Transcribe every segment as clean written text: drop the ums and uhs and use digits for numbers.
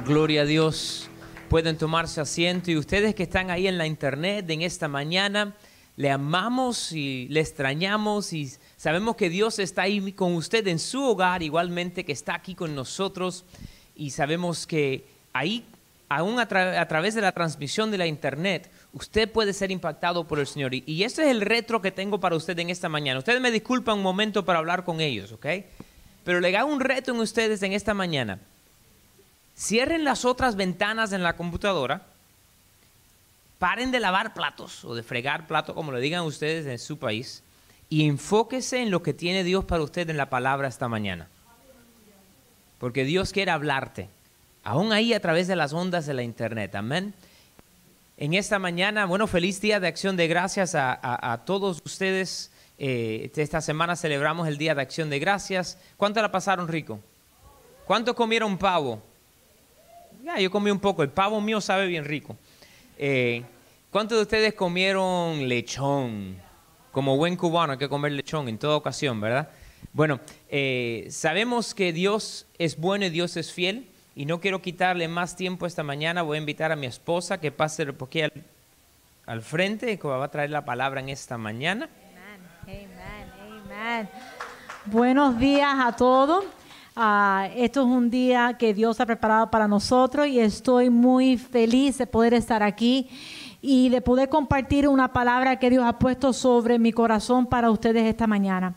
Gloria a Dios. Pueden tomarse asiento. Y ustedes que están ahí en la internet en esta mañana, le amamos y le extrañamos y sabemos que Dios está ahí con usted en su hogar, igualmente que está aquí con nosotros. Y sabemos que ahí, aún a través de la transmisión de la internet, usted puede ser impactado por el Señor. Y ese es el reto que tengo para usted en esta mañana. Ustedes me disculpan un momento para hablar con ellos, ¿ok? Pero le hago un reto en ustedes en esta mañana. Cierren las otras ventanas en la computadora, paren de lavar platos o de fregar platos, como le digan ustedes en su país, y enfóquese en lo que tiene Dios para usted en la palabra esta mañana. Porque Dios quiere hablarte, aún ahí a través de las ondas de la internet. Amén. En esta mañana, bueno, feliz día de acción de gracias a todos ustedes. Esta semana celebramos el día de acción de gracias. ¿Cuánto la pasaron rico? ¿Cuántos comieron pavo? Ya, yo comí un poco. El pavo mío sabe bien rico. ¿Cuántos de ustedes comieron lechón? Como buen cubano hay que comer lechón en toda ocasión, ¿verdad? Bueno, sabemos que Dios es bueno y Dios es fiel. Y no quiero quitarle más tiempo esta mañana. Voy a invitar a mi esposa que pase por aquí al frente, que va a traer la palabra en esta mañana. Amén, amén. Buenos días a todos. Esto es un día que Dios ha preparado para nosotros y estoy muy feliz de poder estar aquí y de poder compartir una palabra que Dios ha puesto sobre mi corazón para ustedes esta mañana.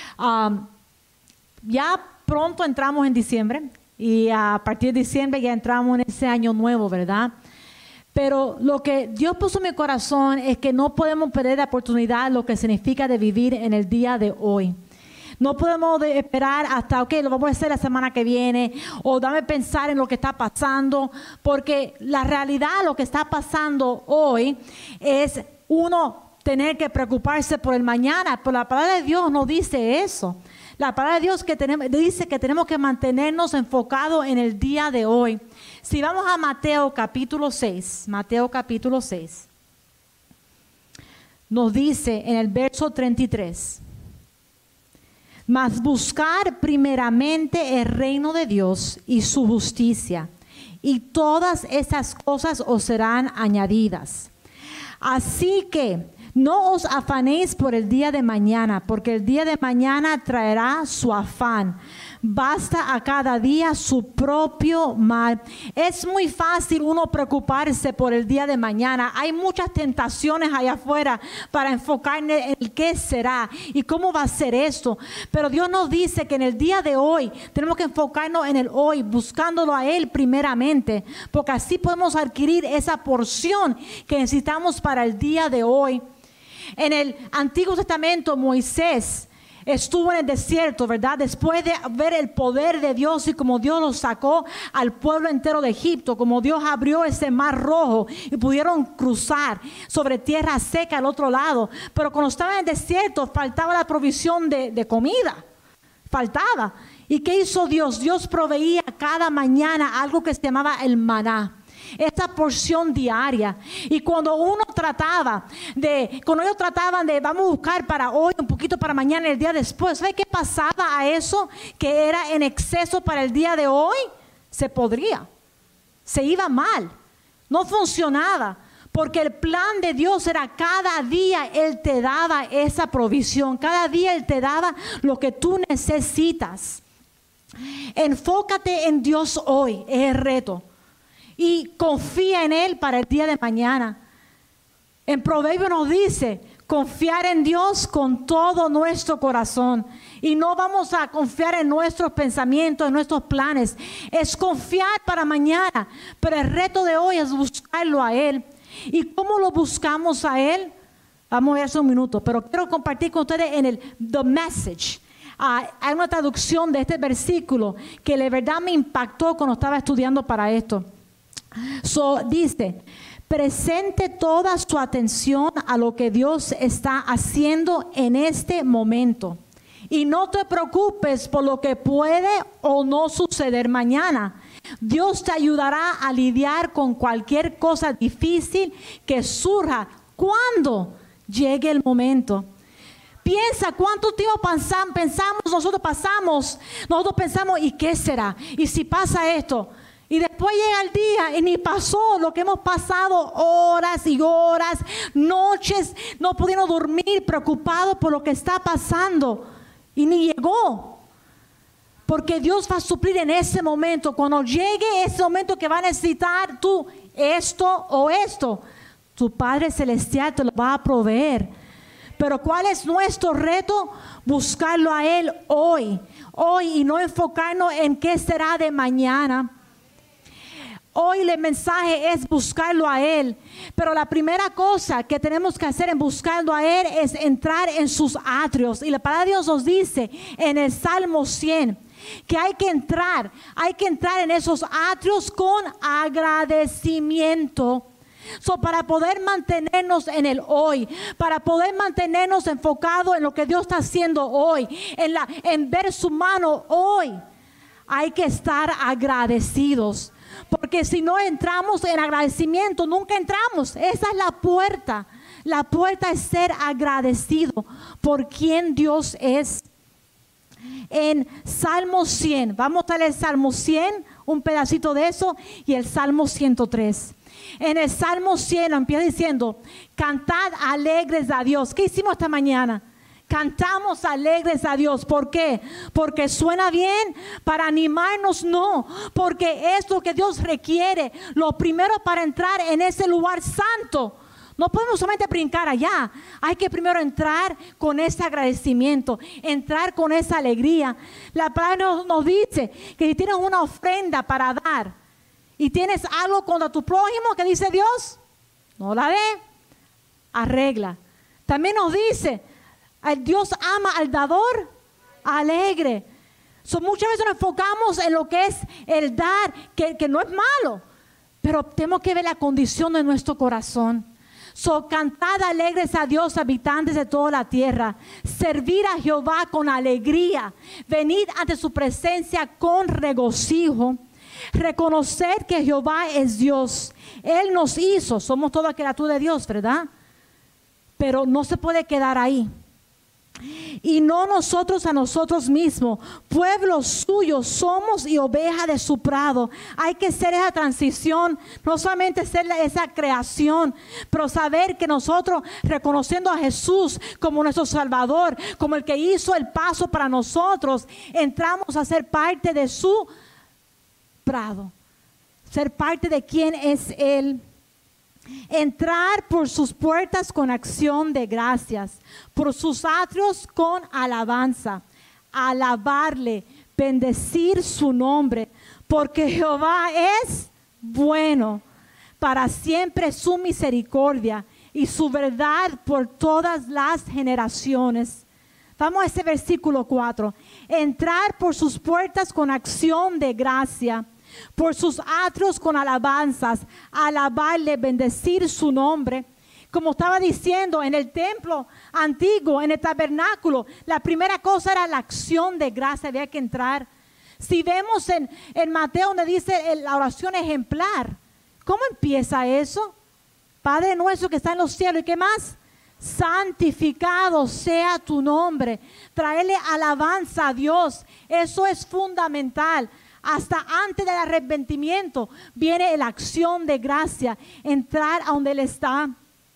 Ya pronto entramos en diciembre y a partir de diciembre ya entramos en ese año nuevo, ¿verdad? Pero lo que Dios puso en mi corazón es que no podemos perder la oportunidad, lo que significa de vivir en el día de hoy. No podemos esperar hasta, ok, lo vamos a hacer la semana que viene, o dame pensar en lo que está pasando, porque la realidad, lo que está pasando hoy, es uno tener que preocuparse por el mañana, pero la palabra de Dios no dice eso. La palabra de Dios dice que tenemos que mantenernos enfocados en el día de hoy. Si vamos a Mateo capítulo 6, nos dice en el verso 33, mas buscar primeramente el reino de Dios y su justicia, y todas esas cosas os serán añadidas. Así que no os afanéis por el día de mañana, porque el día de mañana traerá su afán. Basta a cada día su propio mal. Es muy fácil uno preocuparse por el día de mañana. Hay muchas tentaciones allá afuera para enfocarnos en qué será y cómo va a ser esto. Pero Dios nos dice que en el día de hoy tenemos que enfocarnos en el hoy, buscándolo a Él primeramente, porque así podemos adquirir esa porción que necesitamos para el día de hoy. En el Antiguo Testamento, Moisés estuvo en el desierto, ¿verdad? Después de ver el poder de Dios y como Dios lo sacó al pueblo entero de Egipto, como Dios abrió ese mar rojo y pudieron cruzar sobre tierra seca al otro lado. Pero cuando estaba en el desierto faltaba la provisión de comida, faltaba. ¿Y qué hizo Dios? Dios proveía cada mañana algo que se llamaba el maná. Esta porción diaria. Y cuando ellos trataban de vamos a buscar para hoy, un poquito para mañana, el día después, ¿sabe qué pasaba a eso? Que era en exceso para el día de hoy, se podría, se iba mal, no funcionaba. Porque el plan de Dios era cada día Él te daba esa provisión, cada día Él te daba lo que tú necesitas. Enfócate en Dios hoy, es el reto. Y confía en Él para el día de mañana. En Proverbios nos dice, confiar en Dios con todo nuestro corazón. Y no vamos a confiar en nuestros pensamientos, en nuestros planes. Es confiar para mañana. Pero el reto de hoy es buscarlo a Él. ¿Y cómo lo buscamos a Él? Vamos a ver eso un minuto. Pero quiero compartir con ustedes en el The Message. Hay una traducción de este versículo que de verdad me impactó cuando estaba estudiando para esto. Dice, presente toda su atención a lo que Dios está haciendo en este momento y no te preocupes por lo que puede o no suceder mañana. Dios te ayudará a lidiar con cualquier cosa difícil que surja cuando llegue el momento. Piensa cuánto tiempo nosotros pensamos, ¿y qué será? ¿Y si pasa esto? Y después llega el día y ni pasó lo que hemos pasado horas y horas, noches, no pudiendo dormir, preocupados por lo que está pasando. Y ni llegó. Porque Dios va a suplir en ese momento. Cuando llegue ese momento que va a necesitar tú esto o esto, tu Padre Celestial te lo va a proveer. Pero ¿cuál es nuestro reto? Buscarlo a Él hoy y no enfocarnos en qué será de mañana. Hoy el mensaje es buscarlo a Él. Pero la primera cosa que tenemos que hacer en buscarlo a Él es entrar en sus atrios. Y la palabra de Dios nos dice en el Salmo 100 que hay que entrar en esos atrios con agradecimiento. Para poder mantenernos en el hoy, para poder mantenernos enfocados en lo que Dios está haciendo hoy, en ver su mano hoy, hay que estar agradecidos. Porque si no entramos en agradecimiento, nunca entramos. Esa es la puerta. La puerta es ser agradecido por quien Dios es. En Salmo 100, vamos a leer el Salmo 100, un pedacito de eso, y el Salmo 103. En el Salmo 100 empieza diciendo, cantad alegres a Dios. ¿Qué hicimos esta mañana? Cantamos alegres a Dios. ¿Por qué? Porque suena bien. Para animarnos, no. Porque es lo que Dios requiere. Lo primero para entrar en ese lugar santo. No podemos solamente brincar allá. Hay que primero entrar con ese agradecimiento. Entrar con esa alegría. La palabra nos dice que si tienes una ofrenda para dar y tienes algo contra tu prójimo, que dice Dios, no la dé, arregla. También nos dice, Dios ama al dador alegre. Muchas veces nos enfocamos en lo que es el dar, que no es malo, pero tenemos que ver la condición de nuestro corazón. Cantad alegres a Dios, habitantes de toda la tierra. Servir a Jehová con alegría. Venid ante su presencia con regocijo. Reconocer que Jehová es Dios. Él nos hizo, somos toda criatura de Dios, ¿verdad? Pero no se puede quedar ahí. Y no nosotros a nosotros mismos, pueblo suyo somos y oveja de su prado. Hay que hacer esa transición, no solamente ser esa creación, pero saber que nosotros, reconociendo a Jesús como nuestro Salvador, como el que hizo el paso para nosotros, entramos a ser parte de su prado, ser parte de quien es Él. Entrar por sus puertas con acción de gracias, por sus atrios con alabanza, alabarle, bendecir su nombre, porque Jehová es bueno, para siempre su misericordia y su verdad por todas las generaciones. Vamos a ese versículo 4. Entrar por sus puertas con acción de gracia, por sus atrios con alabanzas, alabarle, bendecir su nombre. Como estaba diciendo, en el templo antiguo, en el tabernáculo, la primera cosa era la acción de gracia, había que entrar. Si vemos en Mateo donde dice la oración ejemplar, ¿cómo empieza eso? Padre nuestro que está en los cielos, ¿y qué más? Santificado sea tu nombre. Traerle alabanza a Dios, eso es fundamental. Hasta antes del arrepentimiento viene la acción de gracia, entrar a donde Él está.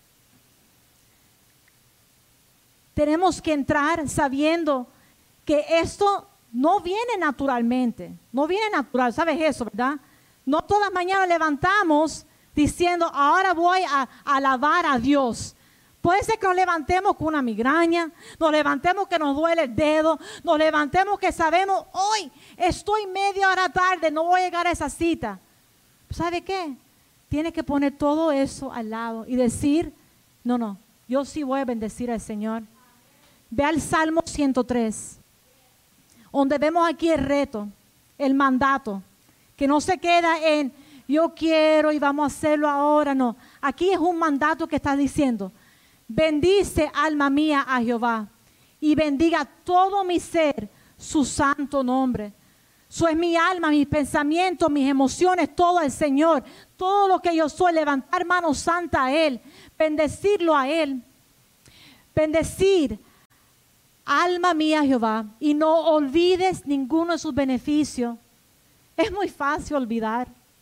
Tenemos que entrar sabiendo que esto no viene naturalmente, no viene natural, ¿sabes eso, verdad? No todas las mañanas levantamos diciendo, ahora voy a alabar a Dios. Puede ser que nos levantemos con una migraña, nos levantemos que nos duele el dedo, nos levantemos que sabemos, hoy estoy media hora tarde, no voy a llegar a esa cita. ¿Sabe qué? Tiene que poner todo eso al lado y decir, no, yo sí voy a bendecir al Señor. Ve al Salmo 103, donde vemos aquí el reto, el mandato, que no se queda en yo quiero y vamos a hacerlo ahora, no. Aquí es un mandato que está diciendo, bendice alma mía a Jehová y bendiga todo mi ser su santo nombre. Eso es mi alma, mis pensamientos, mis emociones, todo el Señor. Todo lo que yo soy, levantar mano santa a Él, bendecirlo a Él. Bendecir alma mía a Jehová y no olvides ninguno de sus beneficios. Es muy fácil olvidar.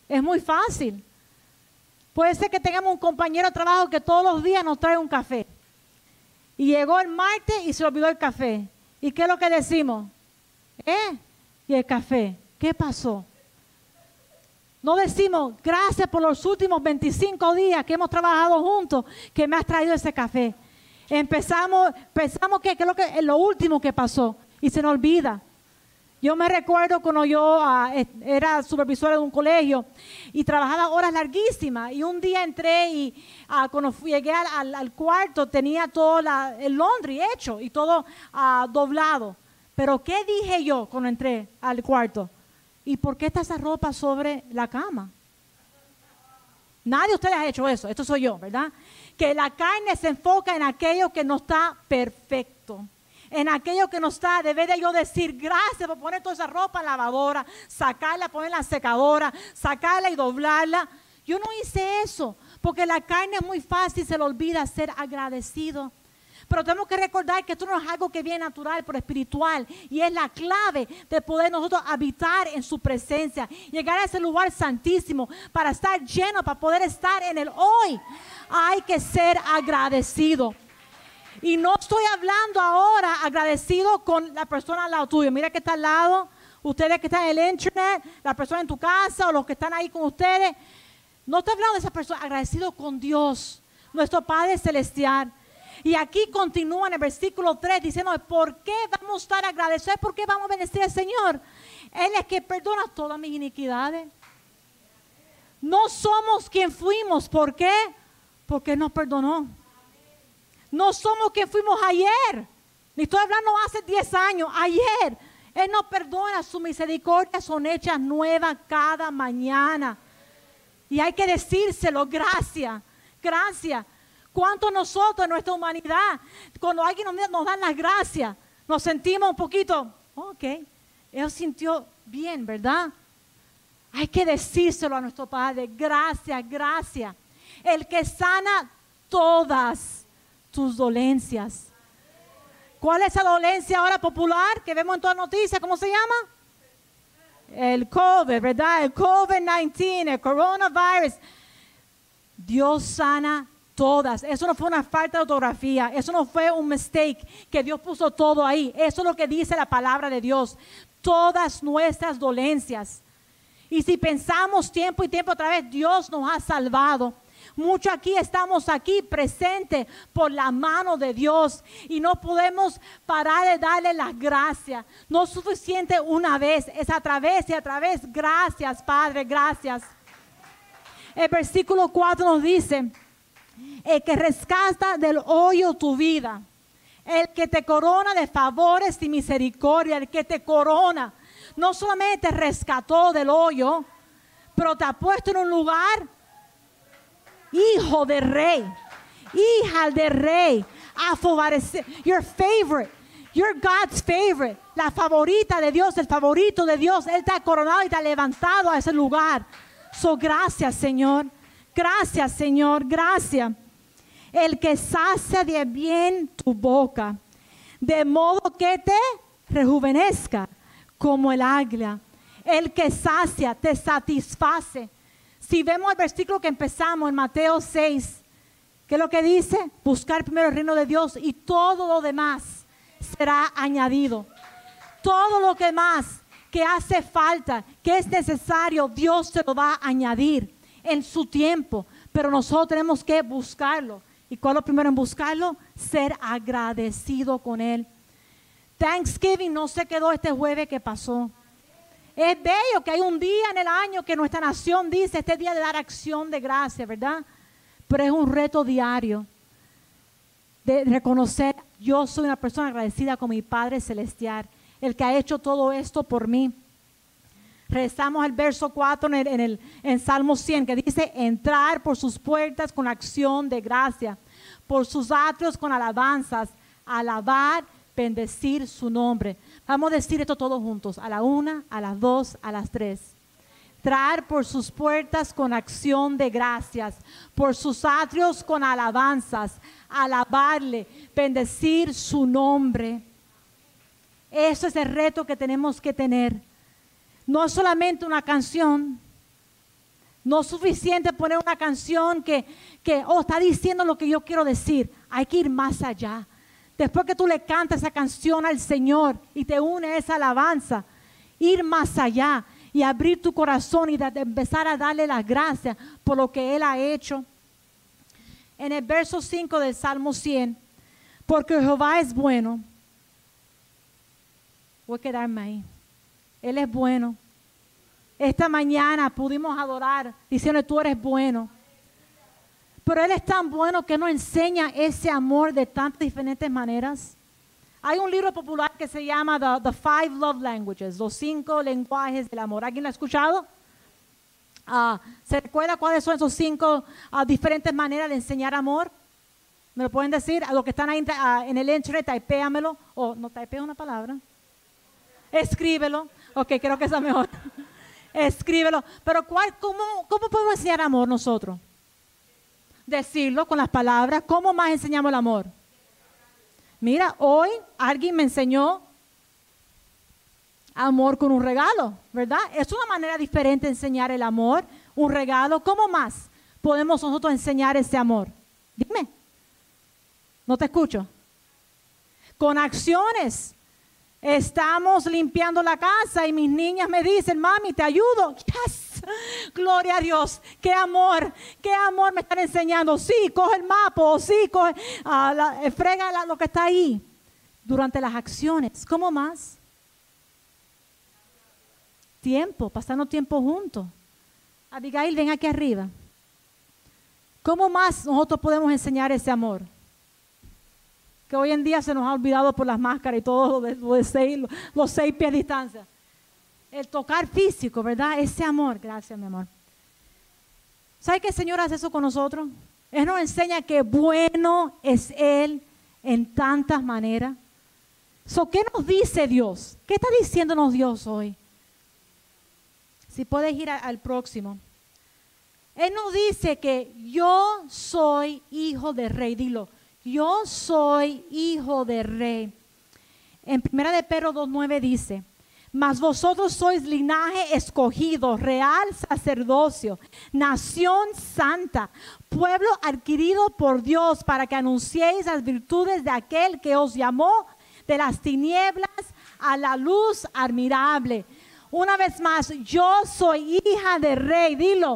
Es muy fácil. Puede ser que tengamos un compañero de trabajo que todos los días nos trae un café. Y llegó el martes y se olvidó el café. ¿Y qué es lo que decimos? ¿Y el café? ¿Qué pasó? No decimos, gracias por los últimos 25 días que hemos trabajado juntos, que me has traído ese café. Pensamos que es lo último que pasó y se nos olvida. Yo me recuerdo cuando yo era supervisora de un colegio y trabajaba horas larguísimas. Y un día entré y cuando llegué al cuarto tenía todo el laundry hecho y todo doblado. Pero ¿qué dije yo cuando entré al cuarto? ¿Y por qué está esa ropa sobre la cama? Nadie de ustedes ha hecho eso. Esto soy yo, ¿verdad? Que la carne se enfoca en aquello que no está perfecto. En aquello que no está, debe de yo decir gracias por poner toda esa ropa en la lavadora, sacarla, ponerla en la secadora, sacarla y doblarla. Yo no hice eso, porque la carne es muy fácil, se le olvida ser agradecido. Pero tenemos que recordar que esto no es algo que viene natural, pero espiritual. Y es la clave de poder nosotros habitar en su presencia. Llegar a ese lugar santísimo para estar lleno, para poder estar en el hoy. Hay que ser agradecido. Y no estoy hablando ahora agradecido con la persona al lado tuyo. Mira que está al lado, ustedes que están en el internet, la persona en tu casa o los que están ahí con ustedes. No estoy hablando de esa persona, agradecido con Dios, nuestro Padre Celestial. Y aquí continúa en el versículo 3 diciendo, ¿por qué vamos a estar agradecidos? ¿Por qué vamos a bendecir al Señor? Él es que perdona todas mis iniquidades. No somos quien fuimos, ¿por qué? Porque Él nos perdonó. No somos quien fuimos ayer. Ni estoy hablando hace 10 años, ayer. Él nos perdona, sus misericordias son hechas nuevas cada mañana. Y hay que decírselo, gracias, gracias. ¿Cuánto nosotros en nuestra humanidad, cuando alguien nos da las gracias, nos sentimos un poquito, ok, él sintió bien, ¿verdad? Hay que decírselo a nuestro Padre, gracias, gracias. El que sana todas tus dolencias. ¿Cuál es esa dolencia ahora popular que vemos en todas las noticias? ¿Cómo se llama? El COVID, ¿verdad? El COVID-19, el coronavirus. Dios sana todas. Eso no fue una falta de ortografía. Eso no fue un mistake que Dios puso todo ahí. Eso es lo que dice la palabra de Dios. Todas nuestras dolencias. Y si pensamos tiempo y tiempo otra vez, Dios nos ha salvado. Muchos aquí estamos aquí presentes por la mano de Dios y no podemos parar de darle las gracias. No es suficiente una vez, es a través y a través. Gracias, Padre, gracias. El versículo 4 nos dice, el que rescata del hoyo tu vida, el que te corona de favores y misericordia, el que te corona, no solamente te rescató del hoyo, pero te ha puesto en un lugar hijo de rey, hija de rey, your favorite, you're God's favorite, la favorita de Dios, el favorito de Dios. Él te ha coronado y te ha levantado a ese lugar. So, gracias, Señor, gracias, Señor, gracias. El que sacia de bien tu boca, de modo que te rejuvenezca como el águila. El que sacia, te satisface. Si vemos el versículo que empezamos en Mateo 6, ¿qué es lo que dice? Buscar primero el reino de Dios y todo lo demás será añadido. Todo lo demás que hace falta, que es necesario, Dios se lo va a añadir en su tiempo. Pero nosotros tenemos que buscarlo. ¿Y cuál es lo primero en buscarlo? Ser agradecido con Él. Thanksgiving no se quedó este jueves que pasó. Es bello que hay un día en el año que nuestra nación dice, este día de dar acción de gracia, ¿verdad? Pero es un reto diario de reconocer, yo soy una persona agradecida con mi Padre Celestial, el que ha hecho todo esto por mí. Regresamos al verso 4 en Salmo 100, que dice, entrar por sus puertas con acción de gracia, por sus atrios con alabanzas, alabar, bendecir su nombre. Vamos a decir esto todos juntos, a la 1, a las 2, a las 3. Entrar por sus puertas con acción de gracias, por sus atrios con alabanzas, alabarle, bendecir su nombre. Eso es el reto que tenemos que tener. No es solamente una canción, No es suficiente poner una canción que está diciendo lo que yo quiero decir. Hay que ir más allá. Después que tú le cantas esa canción al Señor y te une a esa alabanza, ir más allá y abrir tu corazón y empezar a darle las gracias por lo que Él ha hecho. En el verso 5 del Salmo 100, porque Jehová es bueno. Voy a quedarme ahí. Él es bueno. Esta mañana pudimos adorar diciendo tú eres bueno. Pero Él es tan bueno que nos enseña ese amor de tantas diferentes maneras. Hay un libro popular que se llama The Five Love Languages, los 5 lenguajes del amor. ¿Alguien lo ha escuchado? ¿Se recuerda cuáles son esos 5 diferentes maneras de enseñar amor? ¿Me lo pueden decir? A los que están ahí en el internet, typéamelo. O no typea una palabra. Escríbelo. Ok, creo que es mejor. Escríbelo. Pero ¿cómo podemos enseñar amor nosotros? Decirlo con las palabras. ¿Cómo más enseñamos el amor? Mira, hoy alguien me enseñó amor con un regalo, ¿verdad? Es una manera diferente de enseñar el amor, un regalo. ¿Cómo más podemos nosotros enseñar ese amor? Dime. No te escucho. Con acciones. Estamos limpiando la casa y mis niñas me dicen, mami, ¿te ayudo? Yes, gloria a Dios, qué amor me están enseñando. Sí, coge el mapa, o sí, coge, frega lo que está ahí. Durante las acciones, ¿cómo más? Tiempo, pasando tiempo juntos. Abigail, ven aquí arriba. ¿Cómo más nosotros podemos enseñar ese amor? Que hoy en día se nos ha olvidado por las máscaras y todo los 6 pies de distancia. El tocar físico, ¿verdad? Ese amor. Gracias, mi amor. ¿Sabe que el Señor hace eso con nosotros? Él nos enseña que bueno es Él en tantas maneras. ¿Qué nos dice Dios? ¿Qué está diciéndonos Dios hoy? Si puedes ir al próximo. Él nos dice que yo soy hijo de rey. Dilo. Yo soy hijo de rey. En 1 de Pedro 2:9 dice, mas vosotros sois linaje escogido, real sacerdocio, nación santa, pueblo adquirido por Dios para que anunciéis las virtudes de aquel que os llamó de las tinieblas a la luz admirable. Una vez más, yo soy hija de rey. Dilo.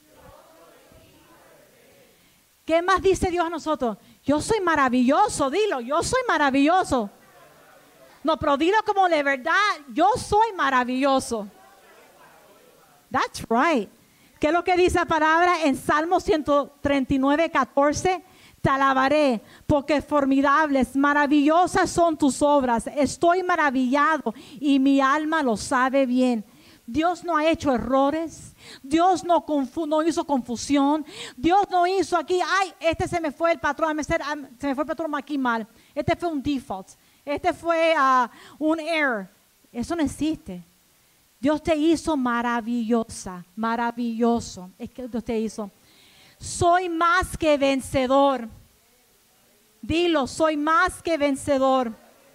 ¿Qué más dice Dios a nosotros? Yo soy maravilloso, dilo, yo soy maravilloso. No, pero dilo como de verdad, yo soy maravilloso. That's right. ¿Qué es lo que dice la palabra en Salmo 139:14? Te alabaré, porque formidables, maravillosas son tus obras. Estoy maravillado y mi alma lo sabe bien. Dios no ha hecho errores. Dios no hizo confusión. Dios no hizo aquí, ay, se me fue el patrón, se me fue el patrón aquí mal. Este fue un default. Este fue un error. Eso no existe. Dios te hizo maravillosa, maravilloso. Es que Dios te hizo. Soy más que vencedor. Dilo, soy más que vencedor.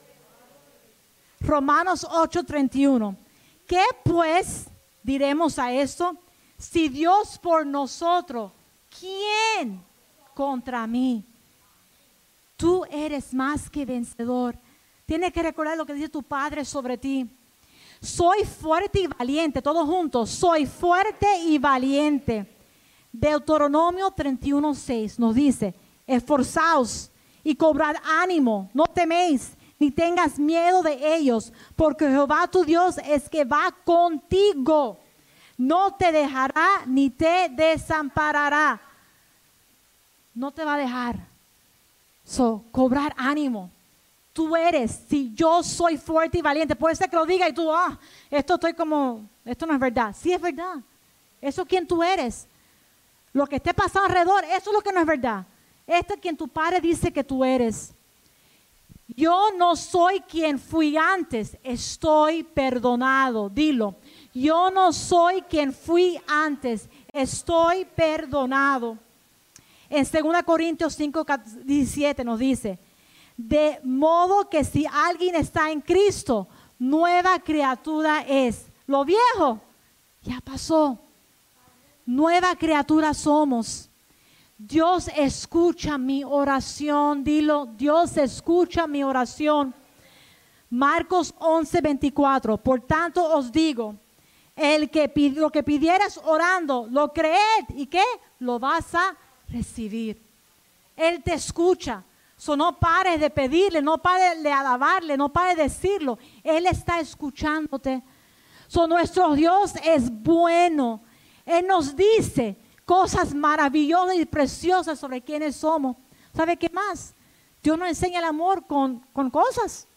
Romanos 8:31. ¿Qué pues diremos a esto? Si Dios por nosotros, ¿quién contra mí? Tú eres más que vencedor. Tienes que recordar lo que dice tu Padre sobre ti. Soy fuerte y valiente, todos juntos. Soy fuerte y valiente. Deuteronomio 31:6 nos dice, esforzaos y cobrad ánimo, no teméis, ni tengas miedo de ellos, porque Jehová tu Dios es que va contigo. No te dejará ni te desamparará. No te va a dejar. Cobrar ánimo. Tú eres, si yo soy fuerte y valiente, puede ser que lo diga y tú, esto no es verdad. Sí es verdad. Eso es quien tú eres. Lo que esté pasando alrededor, eso es lo que no es verdad. Esto es quien tu Padre dice que tú eres. Yo no soy quien fui antes, estoy perdonado. Dilo. Yo no soy quien fui antes, estoy perdonado. En 2 Corintios 5:17 nos dice, de modo que si alguien está en Cristo, nueva criatura es. Lo viejo ya pasó. nueva criatura somos. Dios escucha mi oración. Dilo, Dios escucha mi oración. Marcos 11:24. Por tanto os digo, lo que pidieras orando, lo creed y ¿qué? Lo vas a recibir. Él te escucha. No pares de pedirle, no pares de alabarle, no pares de decirlo. Él está escuchándote. Nuestro Dios es bueno. Él nos dice cosas maravillosas y preciosas sobre quiénes somos. ¿Sabe qué más? Dios nos enseña el amor con cosas.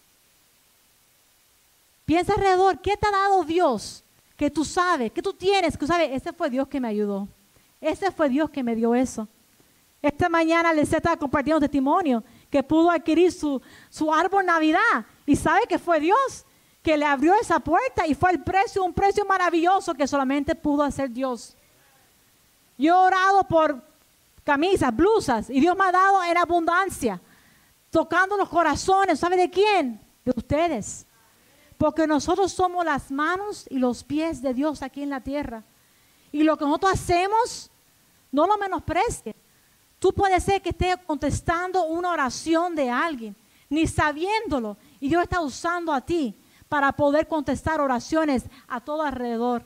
Piensa alrededor, ¿qué te ha dado Dios? Que tú sabes, que tú tienes, que tú sabes, ese fue Dios que me ayudó. Ese fue Dios que me dio eso. Esta mañana les estaba compartiendo un testimonio que pudo adquirir su árbol Navidad. Y sabe que fue Dios que le abrió esa puerta y fue un precio maravilloso que solamente pudo hacer Dios. Yo he orado por camisas, blusas, y Dios me ha dado en abundancia, tocando los corazones. ¿Sabe de quién? De ustedes. Porque nosotros somos las manos y los pies de Dios aquí en la tierra. Y lo que nosotros hacemos, no lo menosprecies. Tú puedes ser que estés contestando una oración de alguien, ni sabiéndolo, y Dios está usando a ti para poder contestar oraciones a todo alrededor.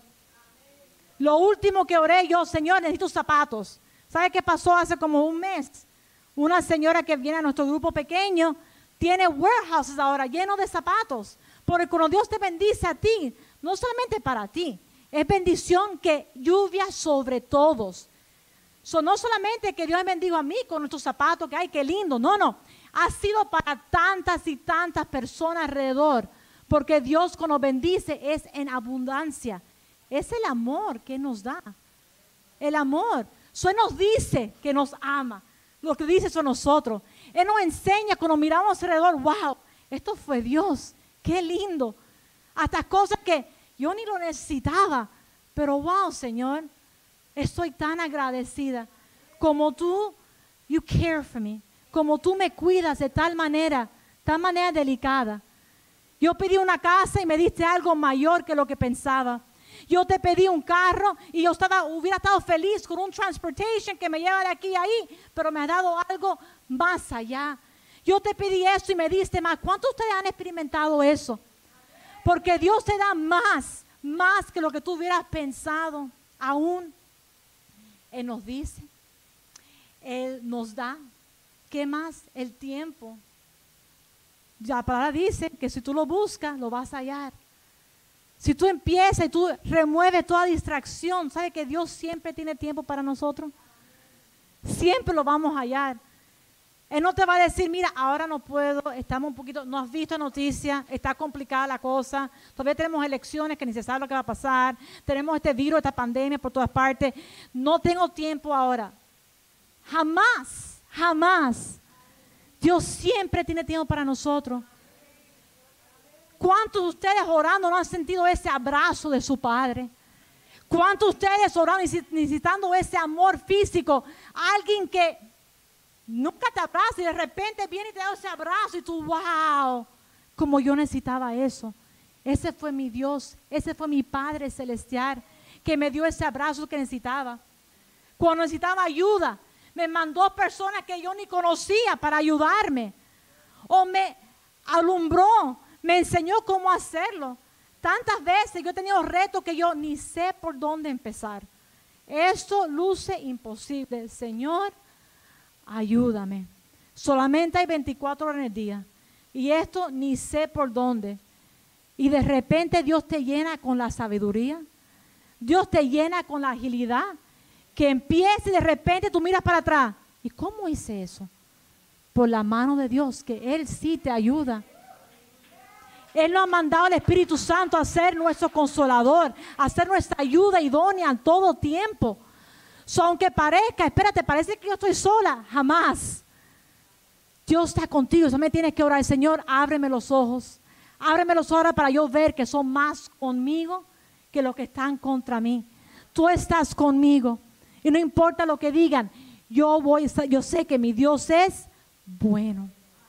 Lo último que oré yo, Señor, necesito zapatos. ¿Sabe qué pasó hace como un mes? Una señora que viene a nuestro grupo pequeño tiene warehouses ahora llenos de zapatos. Porque cuando Dios te bendice a ti, no solamente para ti, es bendición que lluvia sobre todos. No solamente que Dios me bendiga a mí con nuestros zapatos, que ay, qué lindo. No. Ha sido para tantas y tantas personas alrededor. Porque Dios cuando bendice es en abundancia. Es el amor que nos da. El amor. Él nos dice que nos ama. Lo que dice son nosotros. Él nos enseña cuando miramos alrededor. Wow, esto fue Dios. Qué lindo. Hasta cosas que yo ni lo necesitaba. Pero wow, Señor. Estoy tan agradecida. Como tú, you care for me. Como tú me cuidas de tal manera delicada. Yo pedí una casa y me diste algo mayor que lo que pensaba. Yo te pedí un carro y yo hubiera estado feliz con un transportation que me lleva de aquí a ahí, pero me ha dado algo más allá. Yo te pedí eso y me diste más. ¿Cuántos de ustedes han experimentado eso? Porque Dios te da más que lo que tú hubieras pensado aún. Él nos dice, Él nos da, ¿qué más? El tiempo. La palabra dice que si tú lo buscas, lo vas a hallar. Si tú empiezas y tú remueves toda distracción, ¿sabes que Dios siempre tiene tiempo para nosotros? Siempre lo vamos a hallar. Él no te va a decir, mira, ahora no puedo, estamos un poquito, no has visto noticias, está complicada la cosa, todavía tenemos elecciones que ni se sabe lo que va a pasar, tenemos este virus, esta pandemia por todas partes, no tengo tiempo ahora. Jamás. Dios siempre tiene tiempo para nosotros. ¿Cuántos de ustedes orando no han sentido ese abrazo de su Padre? ¿Cuántos de ustedes orando necesitando ese amor físico? Alguien que nunca te abraza y de repente viene y te da ese abrazo y tú, wow, como yo necesitaba eso. Ese fue mi Dios, ese fue mi Padre celestial que me dio ese abrazo que necesitaba. Cuando necesitaba ayuda, me mandó personas que yo ni conocía para ayudarme. O me alumbró, me enseñó cómo hacerlo. Tantas veces yo he tenido retos que yo ni sé por dónde empezar. Esto luce imposible. Señor, ayúdame. Solamente hay 24 horas en el día. Y esto ni sé por dónde. Y de repente Dios te llena con la sabiduría. Dios te llena con la agilidad. Que empiece y de repente tú miras para atrás. ¿Y cómo hice eso? Por la mano de Dios, que Él sí te ayuda. Él nos ha mandado al Espíritu Santo a ser nuestro consolador, a ser nuestra ayuda idónea en todo tiempo. Aunque parezca, espérate, parece que yo estoy sola, jamás. Dios está contigo, solamente tienes que orar, Señor, ábreme los ojos. Ábreme los ojos ahora para yo ver que son más conmigo que los que están contra mí. Tú estás conmigo y no importa lo que digan, yo sé que mi Dios es bueno.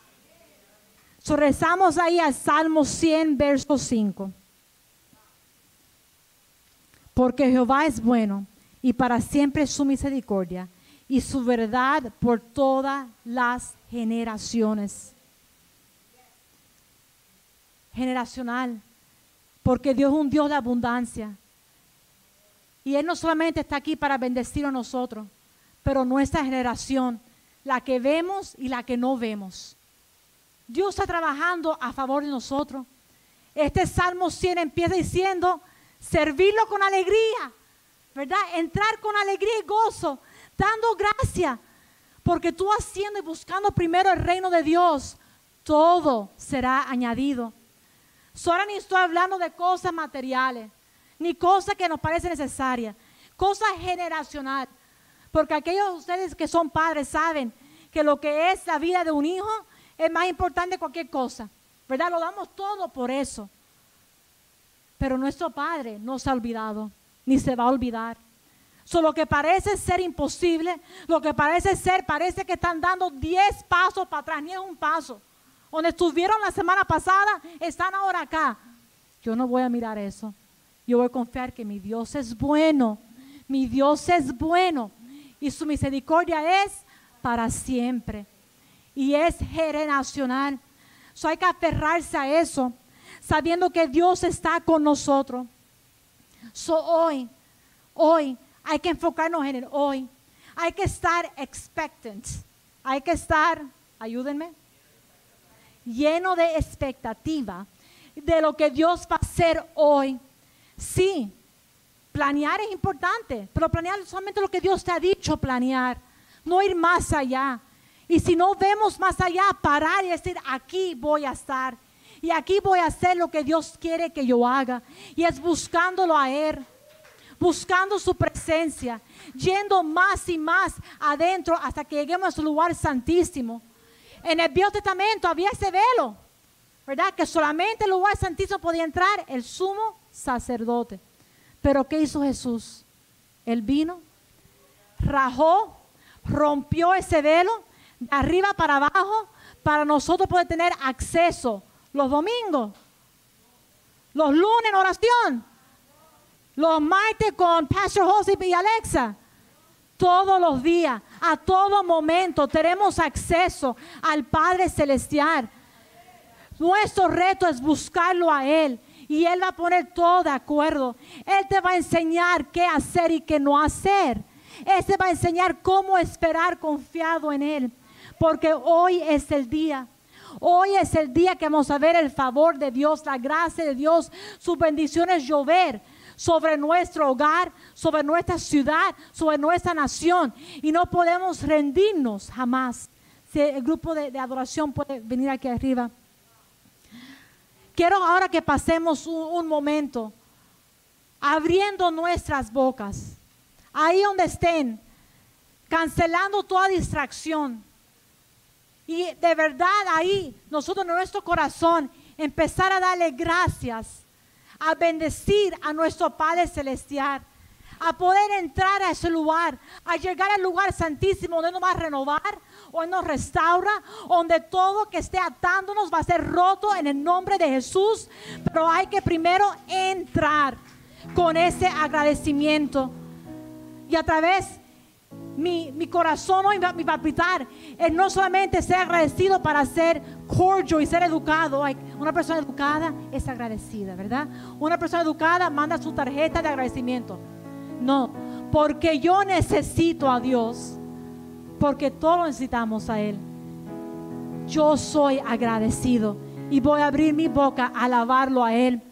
Rezamos ahí al Salmo 100, verso 5. Porque Jehová es bueno y para siempre su misericordia y su verdad por todas las generaciones. Generacional, porque Dios es un Dios de abundancia. Y Él no solamente está aquí para bendecir a nosotros, pero nuestra generación, la que vemos y la que no vemos. Dios está trabajando a favor de nosotros. Este Salmo 100 empieza diciendo, servirlo con alegría, ¿verdad? Entrar con alegría y gozo, dando gracia, porque tú haciendo y buscando primero el reino de Dios, todo será añadido. Ahora ni estoy hablando de cosas materiales, ni cosas que nos parecen necesarias, cosas generacionales, porque aquellos de ustedes que son padres saben que lo que es la vida de un hijo es más importante que cualquier cosa, ¿verdad? Lo damos todo por eso. Pero nuestro Padre no se ha olvidado, ni se va a olvidar. Lo que parece ser imposible, lo que parece que están dando 10 pasos para atrás, ni es un paso. Donde estuvieron la semana pasada, están ahora acá. Yo no voy a mirar eso. Yo voy a confiar que mi Dios es bueno. Mi Dios es bueno. Y su misericordia es para siempre. Y es generacional. Hay que aferrarse a eso, sabiendo que Dios está con nosotros. Hoy hay que enfocarnos en el hoy. Hay que estar expectant. Hay que estar, ayúdenme, lleno de expectativa de lo que Dios va a hacer hoy. Sí, planear es importante, pero planear solamente lo que Dios te ha dicho planear, no ir más allá. Y si no vemos más allá, parar y decir, aquí voy a estar y aquí voy a hacer lo que Dios quiere que yo haga. Y es buscándolo a Él, buscando su presencia, yendo más y más adentro hasta que lleguemos a su lugar santísimo. En el Viejo Testamento había ese velo, ¿verdad? Que solamente el lugar santísimo podía entrar el sumo sacerdote. Pero ¿qué hizo Jesús? Él vino, rajó, rompió ese velo de arriba para abajo para nosotros poder tener acceso los domingos, los lunes en oración, los martes con Pastor José y Alexa. Todos los días, a todo momento, tenemos acceso al Padre Celestial. Nuestro reto es buscarlo a Él y Él va a poner todo de acuerdo. Él te va a enseñar qué hacer y qué no hacer. Él te va a enseñar cómo esperar confiado en Él. Porque hoy es el día. Hoy es el día que vamos a ver el favor de Dios, la gracia de Dios, sus bendiciones llover sobre nuestro hogar, sobre nuestra ciudad, sobre nuestra nación. Y no podemos rendirnos jamás. Si el grupo de adoración puede venir aquí arriba. Quiero ahora que pasemos un momento abriendo nuestras bocas. Ahí donde estén, cancelando toda distracción. Y de verdad ahí, nosotros en nuestro corazón, empezar a darle gracias, a bendecir a nuestro Padre Celestial, a poder entrar a ese lugar, a llegar al lugar santísimo donde nos va a renovar, donde nos restaura, donde todo que esté atándonos va a ser roto en el nombre de Jesús. Pero hay que primero entrar con ese agradecimiento. Y a través mi corazón hoy mi palpitar es no solamente ser agradecido para ser cordial y ser educado. Una persona educada es agradecida, ¿verdad? Una persona educada manda su tarjeta de agradecimiento. No, porque yo necesito a Dios, porque todos necesitamos a Él. Yo soy agradecido y voy a abrir mi boca a alabarlo a Él.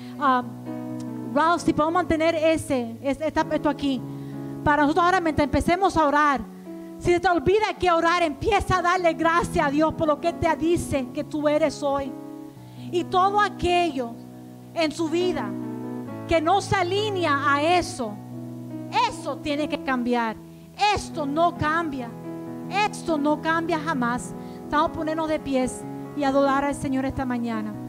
Ralph, si podemos mantener esto aquí para nosotros ahora mientras empecemos a orar. Si se te olvida que orar, empieza a darle gracias a Dios por lo que te dice que tú eres hoy. Y todo aquello en su vida que no se alinea a eso tiene que cambiar. Esto no cambia. Esto no cambia jamás. Estamos a ponernos de pies y adorar al Señor esta mañana.